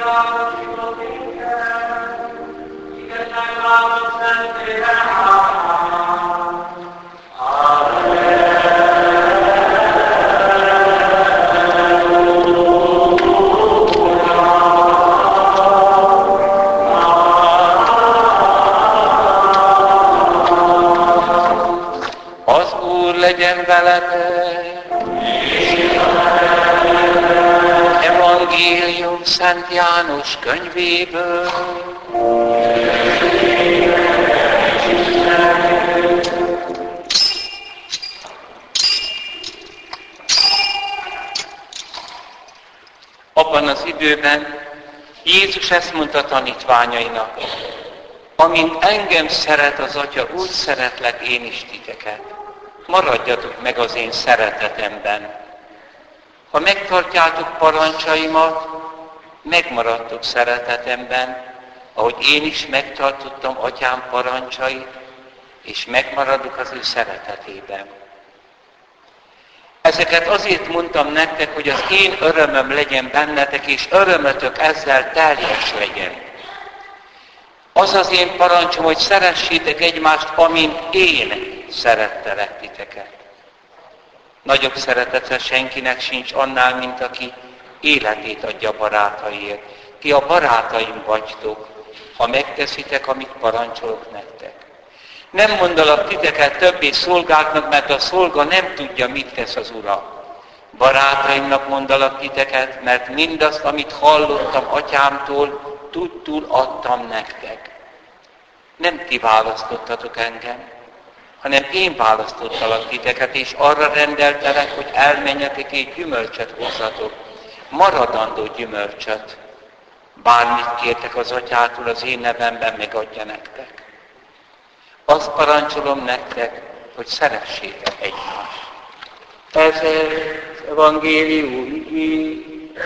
Legyen veletek! Evangélium Szent János könyvéből. Abban az időben Jézus ezt mondta tanítványainak: amint engem szeret az Atya, úgy szeretlek én is titeket. Maradjatok meg az én szeretetemben. Ha megtartjátok parancsaimat, megmaradtok szeretetemben, ahogy én is megtartottam Atyám parancsait, és megmaradok az ő szeretetében. Ezeket azért mondtam nektek, hogy az én örömöm legyen bennetek, és örömötök ezzel teljes legyen. Az az én parancsom, hogy szeressétek egymást, amint én szerettelek titeket. Nagyobb szeretete senkinek sincs annál, mint aki életét adja barátaiért. Ti a barátaim vagytok, ha megteszitek, amit parancsolok nektek. Nem mondalak titeket többé szolgáknak, mert a szolga nem tudja, mit tesz az ura. Barátaimnak mondalak titeket, mert mindazt, amit hallottam Atyámtól, tudtul adtam nektek. Nem ti választottatok engem, hanem én választottalak titeket, és arra rendeltelek, hogy elmenjetek és gyümölcsöt hozzatok, maradandó gyümölcsöt. Bármit kértek az Atyától az én nevemben, megadja nektek. Azt parancsolom nektek, hogy szeressétek egymást. Ez az evangélium igény.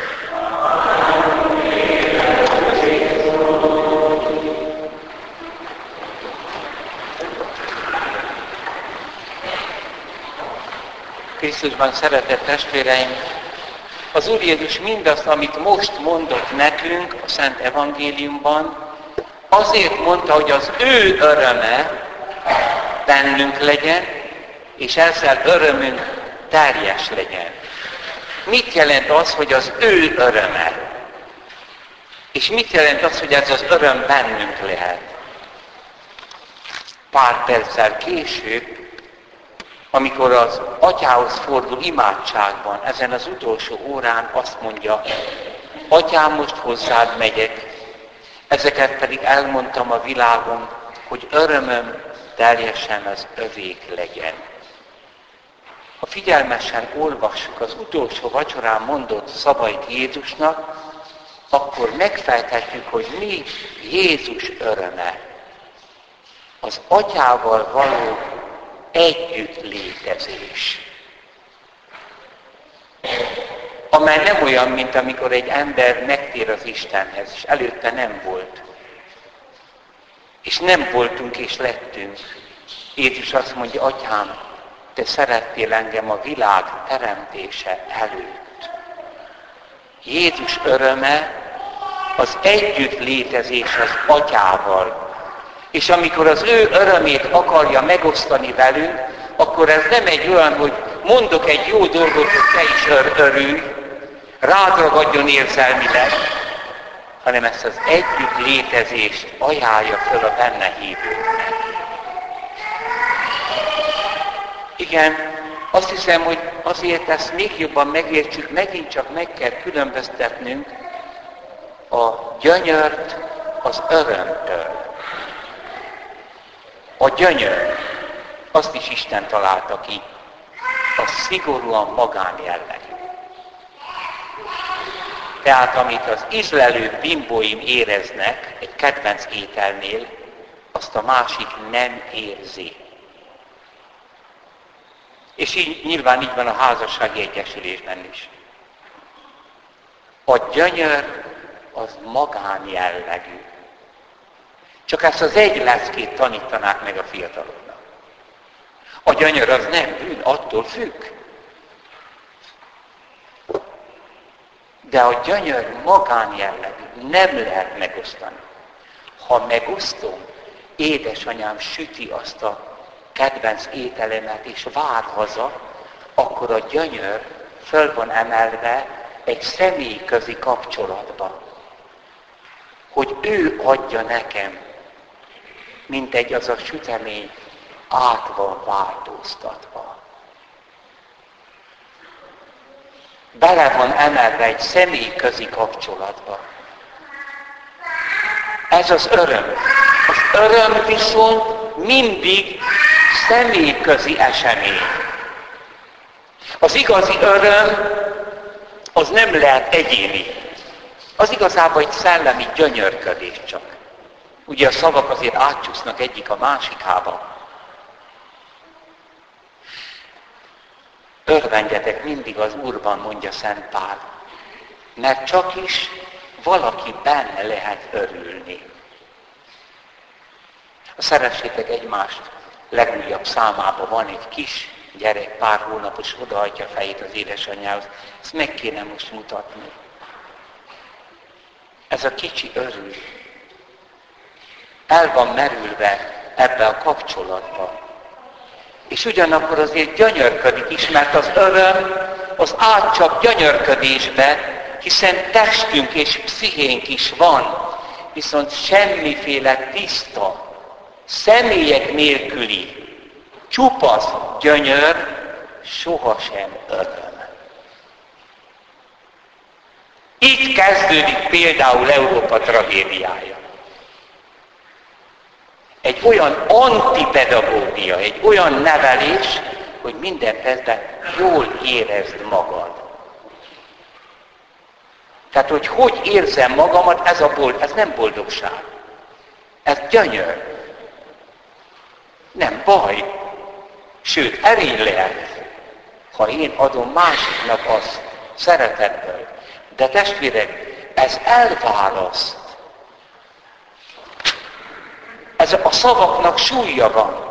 Krisztusban szeretett testvéreim, az Úr Jézus mindazt, amit most mondott nekünk a Szent Evangéliumban, azért mondta, hogy az ő öröme bennünk legyen, és ezzel örömünk teljes legyen. Mit jelent az, hogy az ő öröme? És mit jelent az, hogy ez az öröm bennünk lehet? Pár perccel később, amikor az Atyához fordul imádságban, ezen az utolsó órán azt mondja: Atyám, most hozzád megyek, ezeket pedig elmondtam a világon, hogy örömöm teljesen az övék legyen. Ha figyelmesen olvassuk az utolsó vacsorán mondott szavait Jézusnak, akkor megfejthetjük, hogy mi Jézus öröme. Az Atyával való együttlétezés. Amely nem olyan, mint amikor egy ember megtér az Istenhez, és előtte nem volt. És nem voltunk és lettünk. Jézus azt mondja: Atyám, te szerettél engem a világ teremtése előtt. Jézus öröme az együttlétezés az Atyával. És amikor az ő örömét akarja megosztani velünk, akkor ez nem egy olyan, hogy mondok egy jó dolgot, hogy te is örülj, rád ragadjon érzelmileg, hanem ezt az együttlétezést ajánlja föl a benne hívőknek. Igen, azt hiszem, hogy azért ezt még jobban megértsük, megint csak meg kell különböztetnünk a gyönyört az örömtől. A gyönyör, azt is Isten találta ki, a szigorúan magánjellegű. Tehát amit az ízlelő bimbóim éreznek egy kedvenc ételnél, azt a másik nem érzi. És nyilván így van a házassági egyesülésben is. A gyönyör az magánjellegű. Csak ezt az egy leckét tanítanák meg a fiataloknak. A gyönyör az nem bűn, attól függ. De a gyönyör magánjellegű, Nem lehet megosztani. Ha megosztom, édesanyám süti azt a kedvenc ételemet és vár haza, akkor a gyönyör föl van emelve egy személyközi kapcsolatba. Hogy ő adja nekem, mint egy az a sütemény át van változtatva. Bele van emelve egy személyközi kapcsolatba. Ez az öröm. Az öröm viszont mindig személyközi esemény. Az igazi öröm, az nem lehet egyéni. Az igazából egy szellemi gyönyörködés csak. Ugye a szavak azért átcsúsznak egyik a másikába. Örvendjetek mindig az Úrban, mondja Szent Pál, mert csak is valaki benne lehet örülni. Szeressétek egymást, legújabb számában van egy kis gyerek, pár hónapos, odaadja fejét az édesanyjához. Ezt meg kéne most mutatni. Ez a kicsi örül. El van merülve ebbe a kapcsolatba. És ugyanakkor azért gyönyörködik is, mert az öröm az átcsap gyönyörködésbe, hiszen testünk és pszichénk is van, viszont semmiféle tiszta, személyek nélküli, csupasz gyönyör, sohasem öröm. Itt kezdődik például Európa tragédiája. Egy olyan antipedagógia, egy olyan nevelés, hogy minden percben jól érezd magad. Tehát, hogy érzem magamat, ez nem boldogság. Ez gyönyör. Nem baj. Sőt, erény lehet, ha én adom másiknak azt szeretetből. De testvérek, ez elválaszt. Ez a szavaknak súlya van.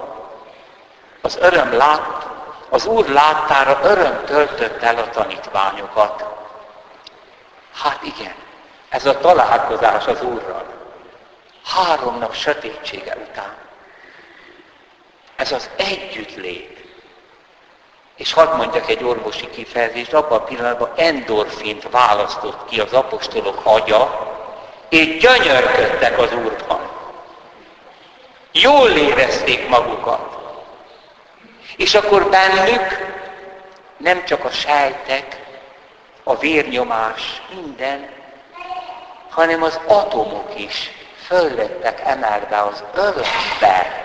Az Úr láttára öröm töltött el a tanítványokat. Hát igen, ez a találkozás az Úrral. 3 nap sötétsége után. Ez az együttlét. És hadd mondjak egy orvosi kifejezést, abban a pillanatban endorfint választott ki az apostolok agya, és gyönyörködtek az Úrban. Jól érezték magukat. És akkor bennük nem csak a sejtek, a vérnyomás, minden, hanem az atomok is föl lettek emelve az örömbe.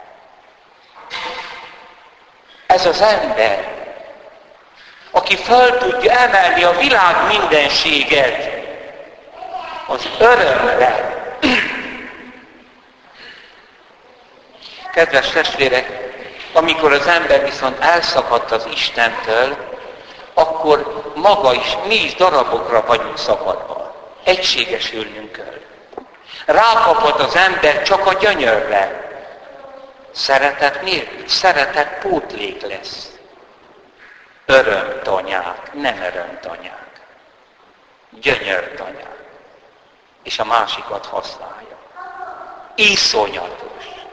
Ez az ember, aki föl tudja emelni a világ mindenséget az örömre. Kedves testvérek, amikor az ember viszont elszakadt az Istentől, akkor maga is, mi is darabokra vagyunk szakadva. Egységesülnünk kell. Rákapott az ember csak a gyönyörre. Szeretet nélkül, szeretet pótlék lesz. Örömtanyák, nem örömtanyák. Gyönyörtanyák. És a másikat használja. Iszonyatos.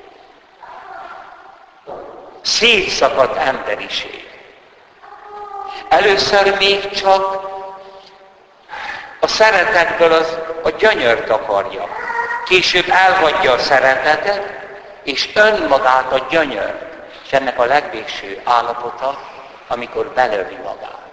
Szétszakadt emberiség. Először még csak a szeretetből a gyönyört akarja. Később elhagyja a szeretetet, és önmagát a gyönyört. És ennek a legvégső állapota, amikor belövi magát.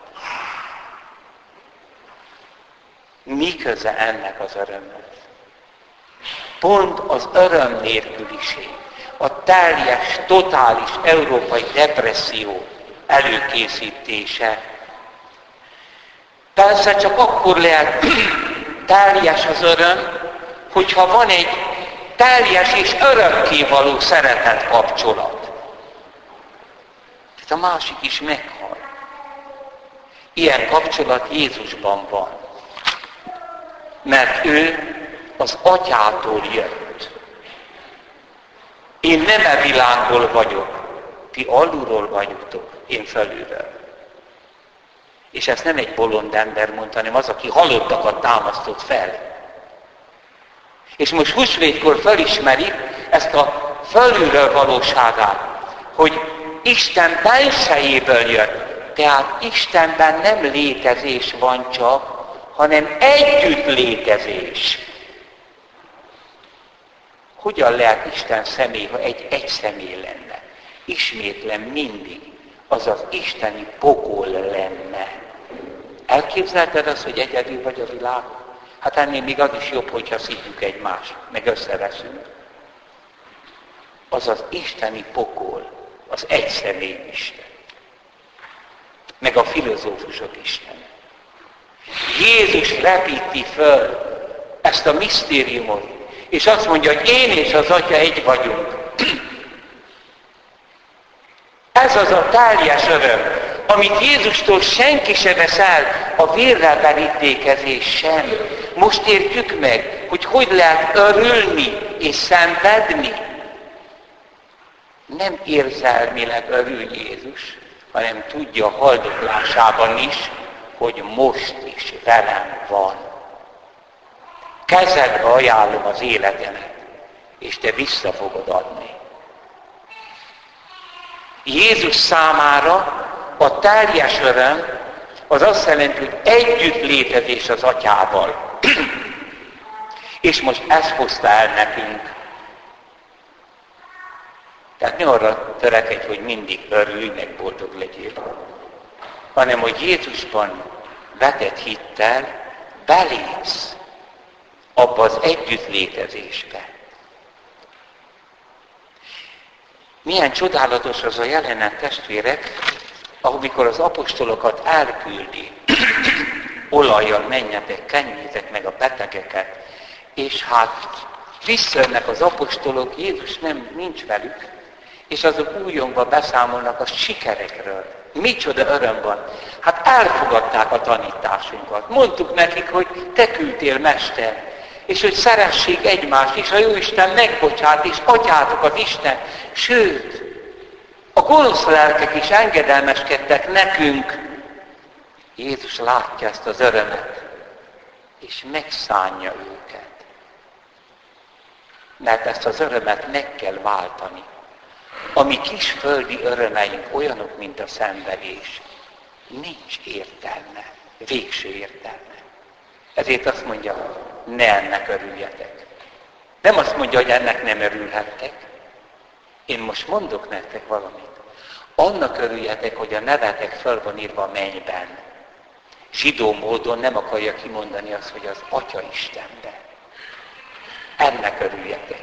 Mi köze ennek az örömhez? Pont az öröm nélküliség, a teljes, totális európai depresszió előkészítése. Persze csak akkor lehet teljes az öröm, hogyha van egy teljes és örökkévaló szeretet kapcsolat. Tehát a másik is meghal. Ilyen kapcsolat Jézusban van. Mert ő az Atyától jött. Én nem e világból vagyok, ti alulról vagytok, én felülről. És ezt nem egy bolond ember mondta, hanem az, aki halottakat támasztott fel. És most húsvétkor felismerik ezt a fölülről valóságát, hogy Isten bensejéből jött. Tehát Istenben nem létezés van csak, hanem együtt létezés. Hogyan lehet Isten személy, ha egy személy lenne? Ismétlem mindig, az az isteni pokol lenne. Elképzelted azt, hogy egyedül vagy a világon? Hát ennél még az is jobb, hogyha szidjuk egymást, meg összeveszünk. Az az isteni pokol, az egy személy Isten. Meg a filozófusok Isten. Jézus repíti föl ezt a misztériumot, és azt mondja, hogy én és az Atya egy vagyunk. Ez az a teljes öröm, amit Jézustól senki se vesz el, a vérrel verítékezés sem. Most értjük meg, hogy lehet örülni és szenvedni. Nem érzelmileg örül Jézus, hanem tudja haldoklásában is, hogy most is velem van. Kezedbe ajánlom az életemet, és te vissza fogod adni. Jézus számára a teljes öröm az azt jelenti, hogy együtt létezés az Atyával. És most ezt hozta el nekünk. Tehát ne arra törekedj, hogy mindig örülj, meg boldog legyél, hanem hogy Jézusban vetett hittel belépsz abba az együttlétezésbe. Milyen csodálatos az a jelenet, testvérek, amikor az apostolokat elküldi, olajjal menjetek, kenjétek meg a betegeket, és hát visszajönnek az apostolok, Jézus nincs velük, és azok újongva beszámolnak a sikerekről. Micsoda öröm van. Hát elfogadták a tanításunkat. Mondtuk nekik, hogy te küldtél, Mester, és hogy szeressék egymást, és a Jóisten megbocsát, és adjátok az Isten. Sőt, a gonosz lelkek is engedelmeskedtek nekünk. Jézus látja ezt az örömet, és megszánja őket. Mert ezt az örömet meg kell váltani. A mi kis földi örömeink olyanok, mint a szenvedés. Nincs értelme, végső értelme. Ezért azt mondja, ne ennek örüljetek. Nem azt mondja, hogy ennek nem örülhettek. Én most mondok nektek valamit. Annak örüljetek, hogy a nevetek föl van írva a mennyben. Zsidó módon nem akarja kimondani azt, hogy az Atya Istenben. Ennek örüljetek.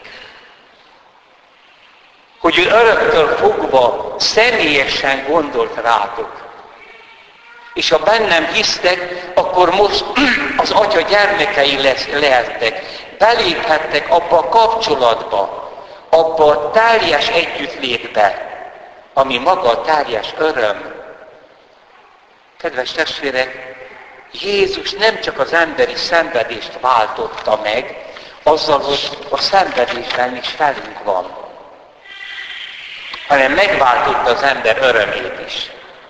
Hogy ő öröktől fogva személyesen gondolt rátok. És ha bennem hisztek, akkor most az Atya gyermekei lehettek. Beléphettek abba a kapcsolatba, abba a teljes együttlétbe, ami maga a teljes öröm. Kedves testvérek, Jézus nem csak az emberi szenvedést váltotta meg, azzal, hogy a szenvedésben is velünk van, hanem megváltotta az ember örömét is.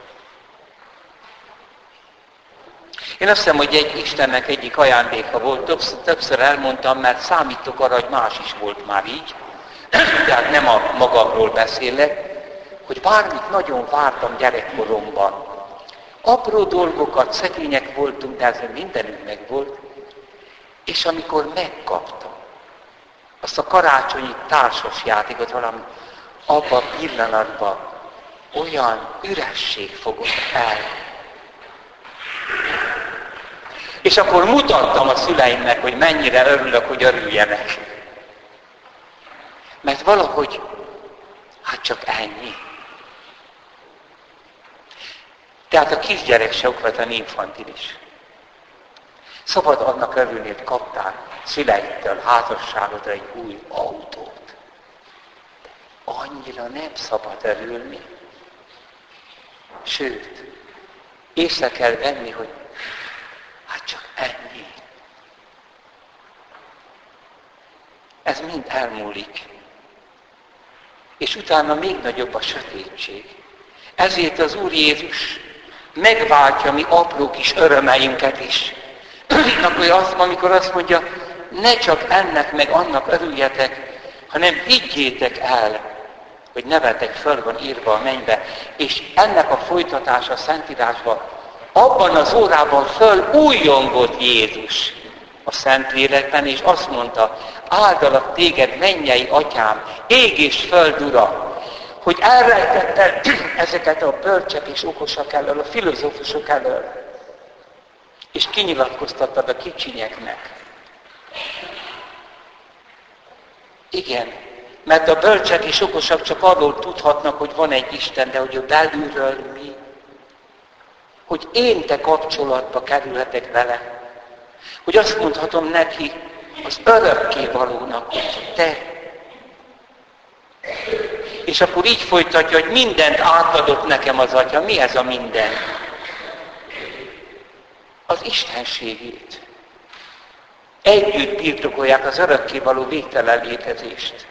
Én azt hiszem, hogy egy Istennek egyik ajándéka volt, többször elmondtam, mert számítok arra, hogy más is volt már így, tehát nem a magamról beszélek, hogy bármit nagyon vártam gyerekkoromban. Apró dolgokat, szegények voltunk, de ez mindenünk megvolt, és amikor megkaptam azt a karácsonyi társasjátékot, valami abban a pillanatban olyan üresség fogott el. És akkor mutattam a szüleimnek, hogy mennyire örülök, hogy örüljenek. Mert valahogy, hát csak ennyi. Tehát a kisgyerek se okvetlen infantilis. Szabad annak örülni, hogy kaptál szüleittől, házasságodra egy új autót. De annyira nem szabad örülni. Sőt, észre kell venni, hogy hát csak ennyi. Ez mind elmúlik. És utána még nagyobb a sötétség. Ezért az Úr Jézus megváltja mi apró kis örömeinket is. Akkor amikor azt mondja, ne csak ennek meg annak örüljetek, hanem higgyétek el, hogy nevetek föl van írva a mennybe, és ennek a folytatása a Szentírásban, abban az órában föl újjongott Jézus a Szentlélekben, és azt mondta, áldalak téged, mennyei atyám, ég és föld ura, hogy elrejtetted ezeket a bölcsek és okosak elől, a filozófusok elől, és kinyilatkoztattad a kicsinyeknek. Igen, mert a bölcsek és okosak csak arról tudhatnak, hogy van egy Isten, de hogy ő belülről mi. Hogy én te kapcsolatba kerülhetek vele. Hogy azt mondhatom neki, az örökkévalónak, hogy te. És akkor így folytatja, hogy mindent átadott nekem az Atya. Mi ez a minden? Az istenségét. Együtt birtokolják az örökkévaló végtelen létezést.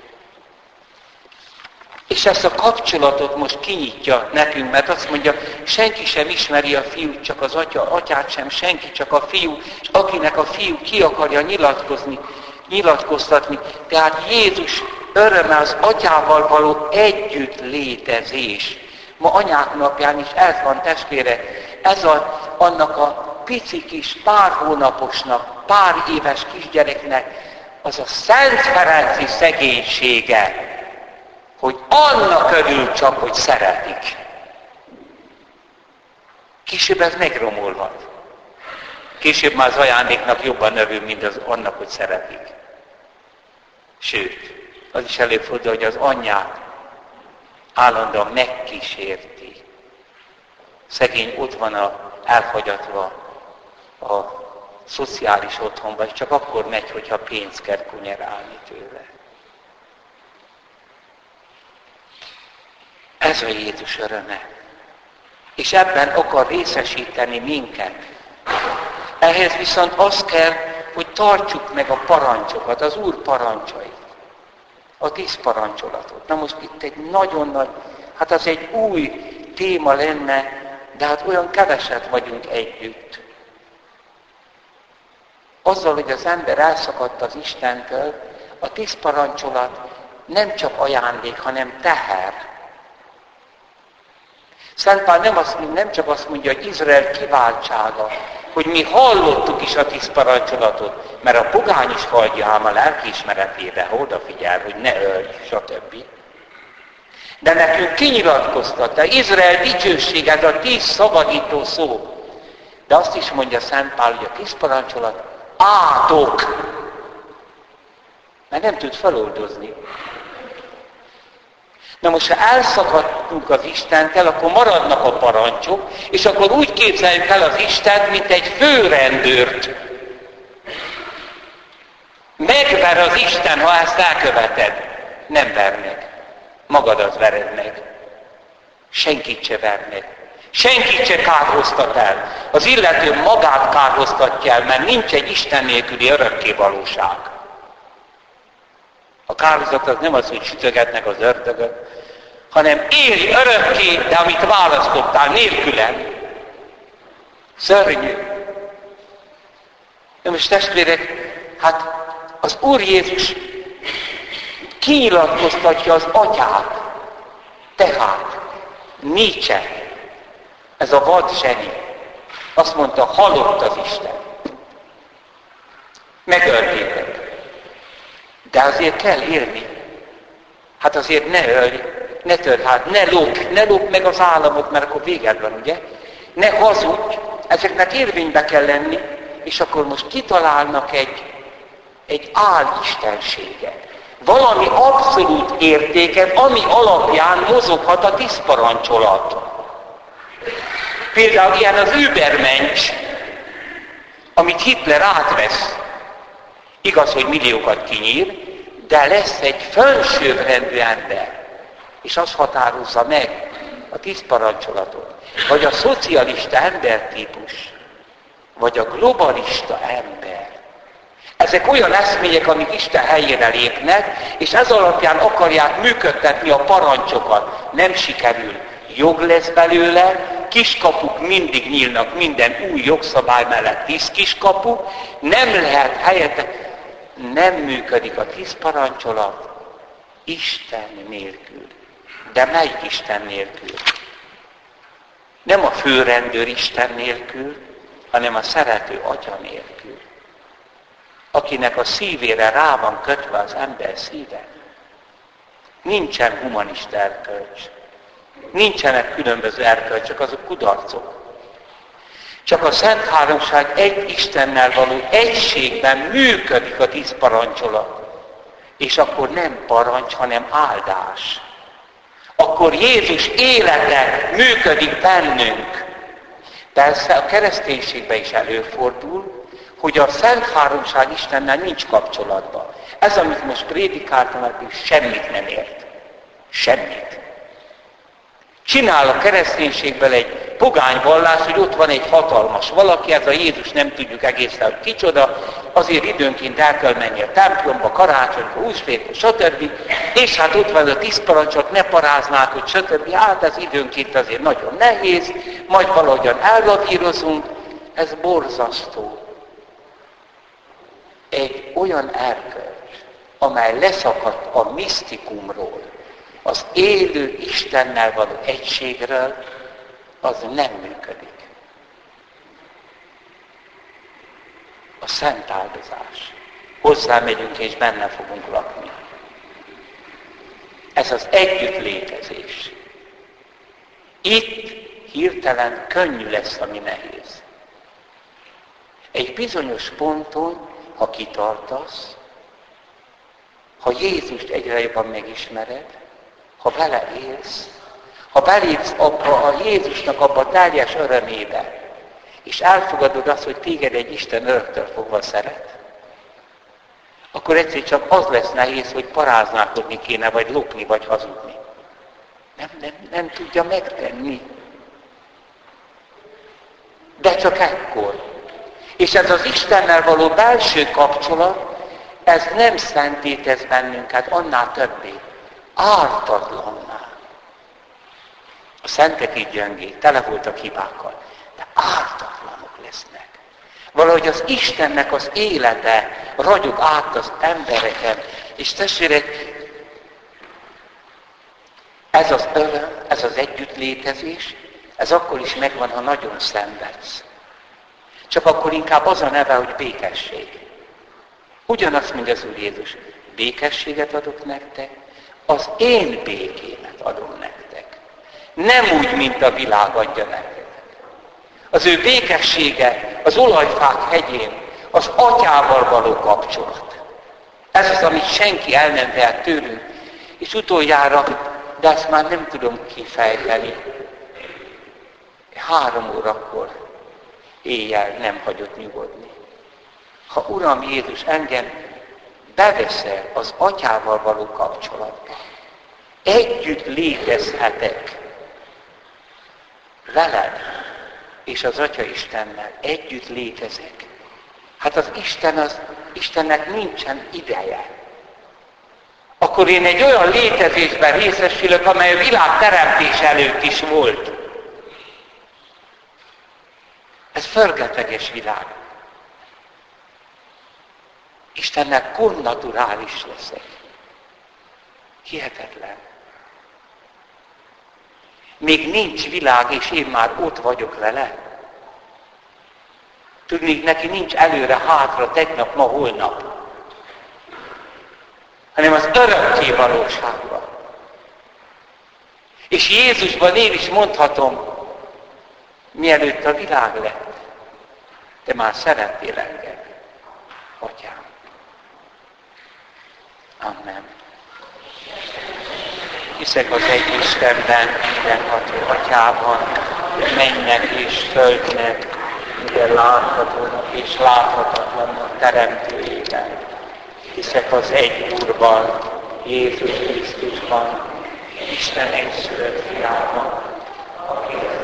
És ezt a kapcsolatot most kinyitja nekünk, mert azt mondja, senki sem ismeri a fiút, csak az atyát sem, senki, csak a fiú, és akinek a fiú ki akarja nyilatkoztatni. Tehát Jézus öröme az atyával való együtt létezés. Ma anyák napján is ez van, testvérek, ez annak a pici kis pár hónaposnak, pár éves kisgyereknek az a Szent Ferenci szegénysége, hogy annak örül csak, hogy szeretik. Később ez megromolhat. Később már az ajándéknak jobban örül, mint annak, hogy szeretik. Sőt, az is előfordul, hogy az anyját állandóan megkísérti. Szegény ott van elhagyatva a szociális otthonban, és csak akkor megy, hogyha pénzt kell kunyerálni tőle. Ez a Jézus öröme. És ebben akar részesíteni minket. Ehhez viszont az kell, hogy tartsuk meg a parancsokat, az Úr parancsait. A 10 parancsolatot. Na most itt egy nagyon nagy, hát az egy új téma lenne, de hát olyan keveset vagyunk együtt. Azzal, hogy az ember elszakadt az Istentől, a 10 parancsolat nem csak ajándék, hanem teher. Szent Pál nem csak azt mondja, hogy Izrael kiváltsága, hogy mi hallottuk is a 10 parancsolatot, mert a pogány is hallja ám a lelkiismeretébe, ha odafigyel, hogy ne ölj, stb. De nekünk kinyilatkoztatta, Izrael dicsőség, ez a 10 szabadító szó. De azt is mondja Szent Pál, hogy a 10 parancsolat átok, mert nem tud feloldozni. Na most, ha elszakadtunk az Istentől, akkor maradnak a parancsok, és akkor úgy képzeljük el az Istent, mint egy főrendőrt. Megver az Isten, ha ezt elköveted. Nem ver meg. Magadat vered meg. Senkit se ver meg. Senkit se kárhoztat el. Az illető magát kárhoztatja el, mert nincs egy Isten nélküli örökkévalóság. A kárhozat az nem az, hogy sütögetnek az ördögöt, hanem élj örökké, de amit választottál nélkülem. Szörnyű. De most testvérek, hát az Úr Jézus kinyilatkoztatja az atyát. Tehát Nietzsche, ez a vad zseni, azt mondta, halott az Isten. Megöltétek. De azért kell élni. Hát azért ne ölj, ne törd, hát ne lopd meg az államot, mert akkor véged van, ugye? Ne hazudj, ezeknek érvénybe kell lenni, és akkor most kitalálnak egy álistenséget. Valami abszolút értéket, ami alapján mozoghat a 10 parancsolat. Például ilyen az Übermensch, amit Hitler átvesz. Igaz, hogy milliókat kinyír, de lesz egy felsőbbrendű ember, és az határozza meg a 10 parancsolatot. Vagy a szocialista embertípus, vagy a globalista ember. Ezek olyan eszmények, amik Isten helyére lépnek, és ez alapján akarják működtetni a parancsokat. Nem sikerül. Jog lesz belőle, kiskapuk mindig nyílnak minden új jogszabály mellett 10 kiskapu, nem lehet helyette. nem működik a 10 parancsolat Isten nélkül. De melyik Isten nélkül? Nem a főrendőr Isten nélkül, hanem a szerető Atya nélkül. Akinek a szívére rá van kötve az ember szíve. Nincsen humanista erkölcs. Nincsenek különböző erkölcsök, azok kudarcok. Csak a Szent Háromság egy Istennel való egységben működik a 10 parancsolat. És akkor nem parancs, hanem áldás. Akkor Jézus élete működik bennünk. Persze a kereszténységben is előfordul, hogy a Szent Háromság Istennel nincs kapcsolatban. Ez, amit most prédikáltam, hogy semmit nem ért. Semmit. Csinál a kereszténységből egy pogány vallás, hogy ott van egy hatalmas valaki, ez a Jézus, nem tudjuk egészen, hogy kicsoda, azért időnként el kell menni a templomba, karácsonykor, húsvétkor, stb. És hát ott van a 10 parancsot, ne paráznák, hogy stb. Hát ez időnként azért nagyon nehéz, majd valahogyan ellavírozunk, ez borzasztó. Egy olyan erkölcs, amely leszakadt a misztikumról, az élő Istennel való egységről, az nem működik. A szent áldozás. Hozzá megyünk és benne fogunk lakni. Ez az együttlétezés. Itt hirtelen könnyű lesz, ami nehéz. Egy bizonyos ponton, ha kitartasz, ha Jézust egyre jobban megismered, ha vele élsz, ha belépsz abba a Jézusnak abba a teljes örömébe, és elfogadod azt, hogy téged egy Isten öröktől fogva szeret, akkor egyszer csak az lesz nehéz, hogy paráználkodni kéne, vagy lopni, vagy hazudni. Nem tudja megtenni. De csak ekkor. És ez az Istennel való belső kapcsolat, ez nem szentítesz bennünket, annál többé. Ártatlanná. A szentek így gyöngék, tele voltak hibákkal, de ártatlanok lesznek. Valahogy az Istennek az élete ragyog át az embereken. És testvérek, ez az öröm, ez az együttlétezés, ez akkor is megvan, ha nagyon szenvedsz. Csak akkor inkább az a neve, hogy békesség. Ugyanazt, mint az Úr Jézus. Békességet adok nektek, az én békémet adom nektek. Nem úgy, mint a világ adja nektek. Az ő békessége az olajfák hegyén, az Atyával való kapcsolat. Ez az, amit senki el nem vehet tőlünk. És utoljára, de ezt már nem tudom kifejteni. 3 órakor éjjel nem hagyott nyugodni. Ha Uram Jézus engem beveszel az Atyával való kapcsolatba, együtt létezhetek veled és az Atya Istennel, együtt létezek. Hát az Istennek nincsen ideje. Akkor én egy olyan létezésben részesülök, amely a világ teremtés előtt is volt. Ez förgetleges világ. Istennek konnaturális leszek. Hihetetlen. Még nincs világ, és én már ott vagyok vele. Tudnék, neki nincs előre, hátra, tegnap, ma, holnap. Hanem az örökké valóságban. És Jézusban én is mondhatom, mielőtt a világ lett, te már szerettél engem, Atyám. Amen. Hiszek az egy Istenben, mindenható Atyában, mennynek és földnek, minden láthatónak és láthatatlannak teremtőjében. Hiszek az egy Úrban, Jézus Krisztusban, Isten egyszülött fiában, aki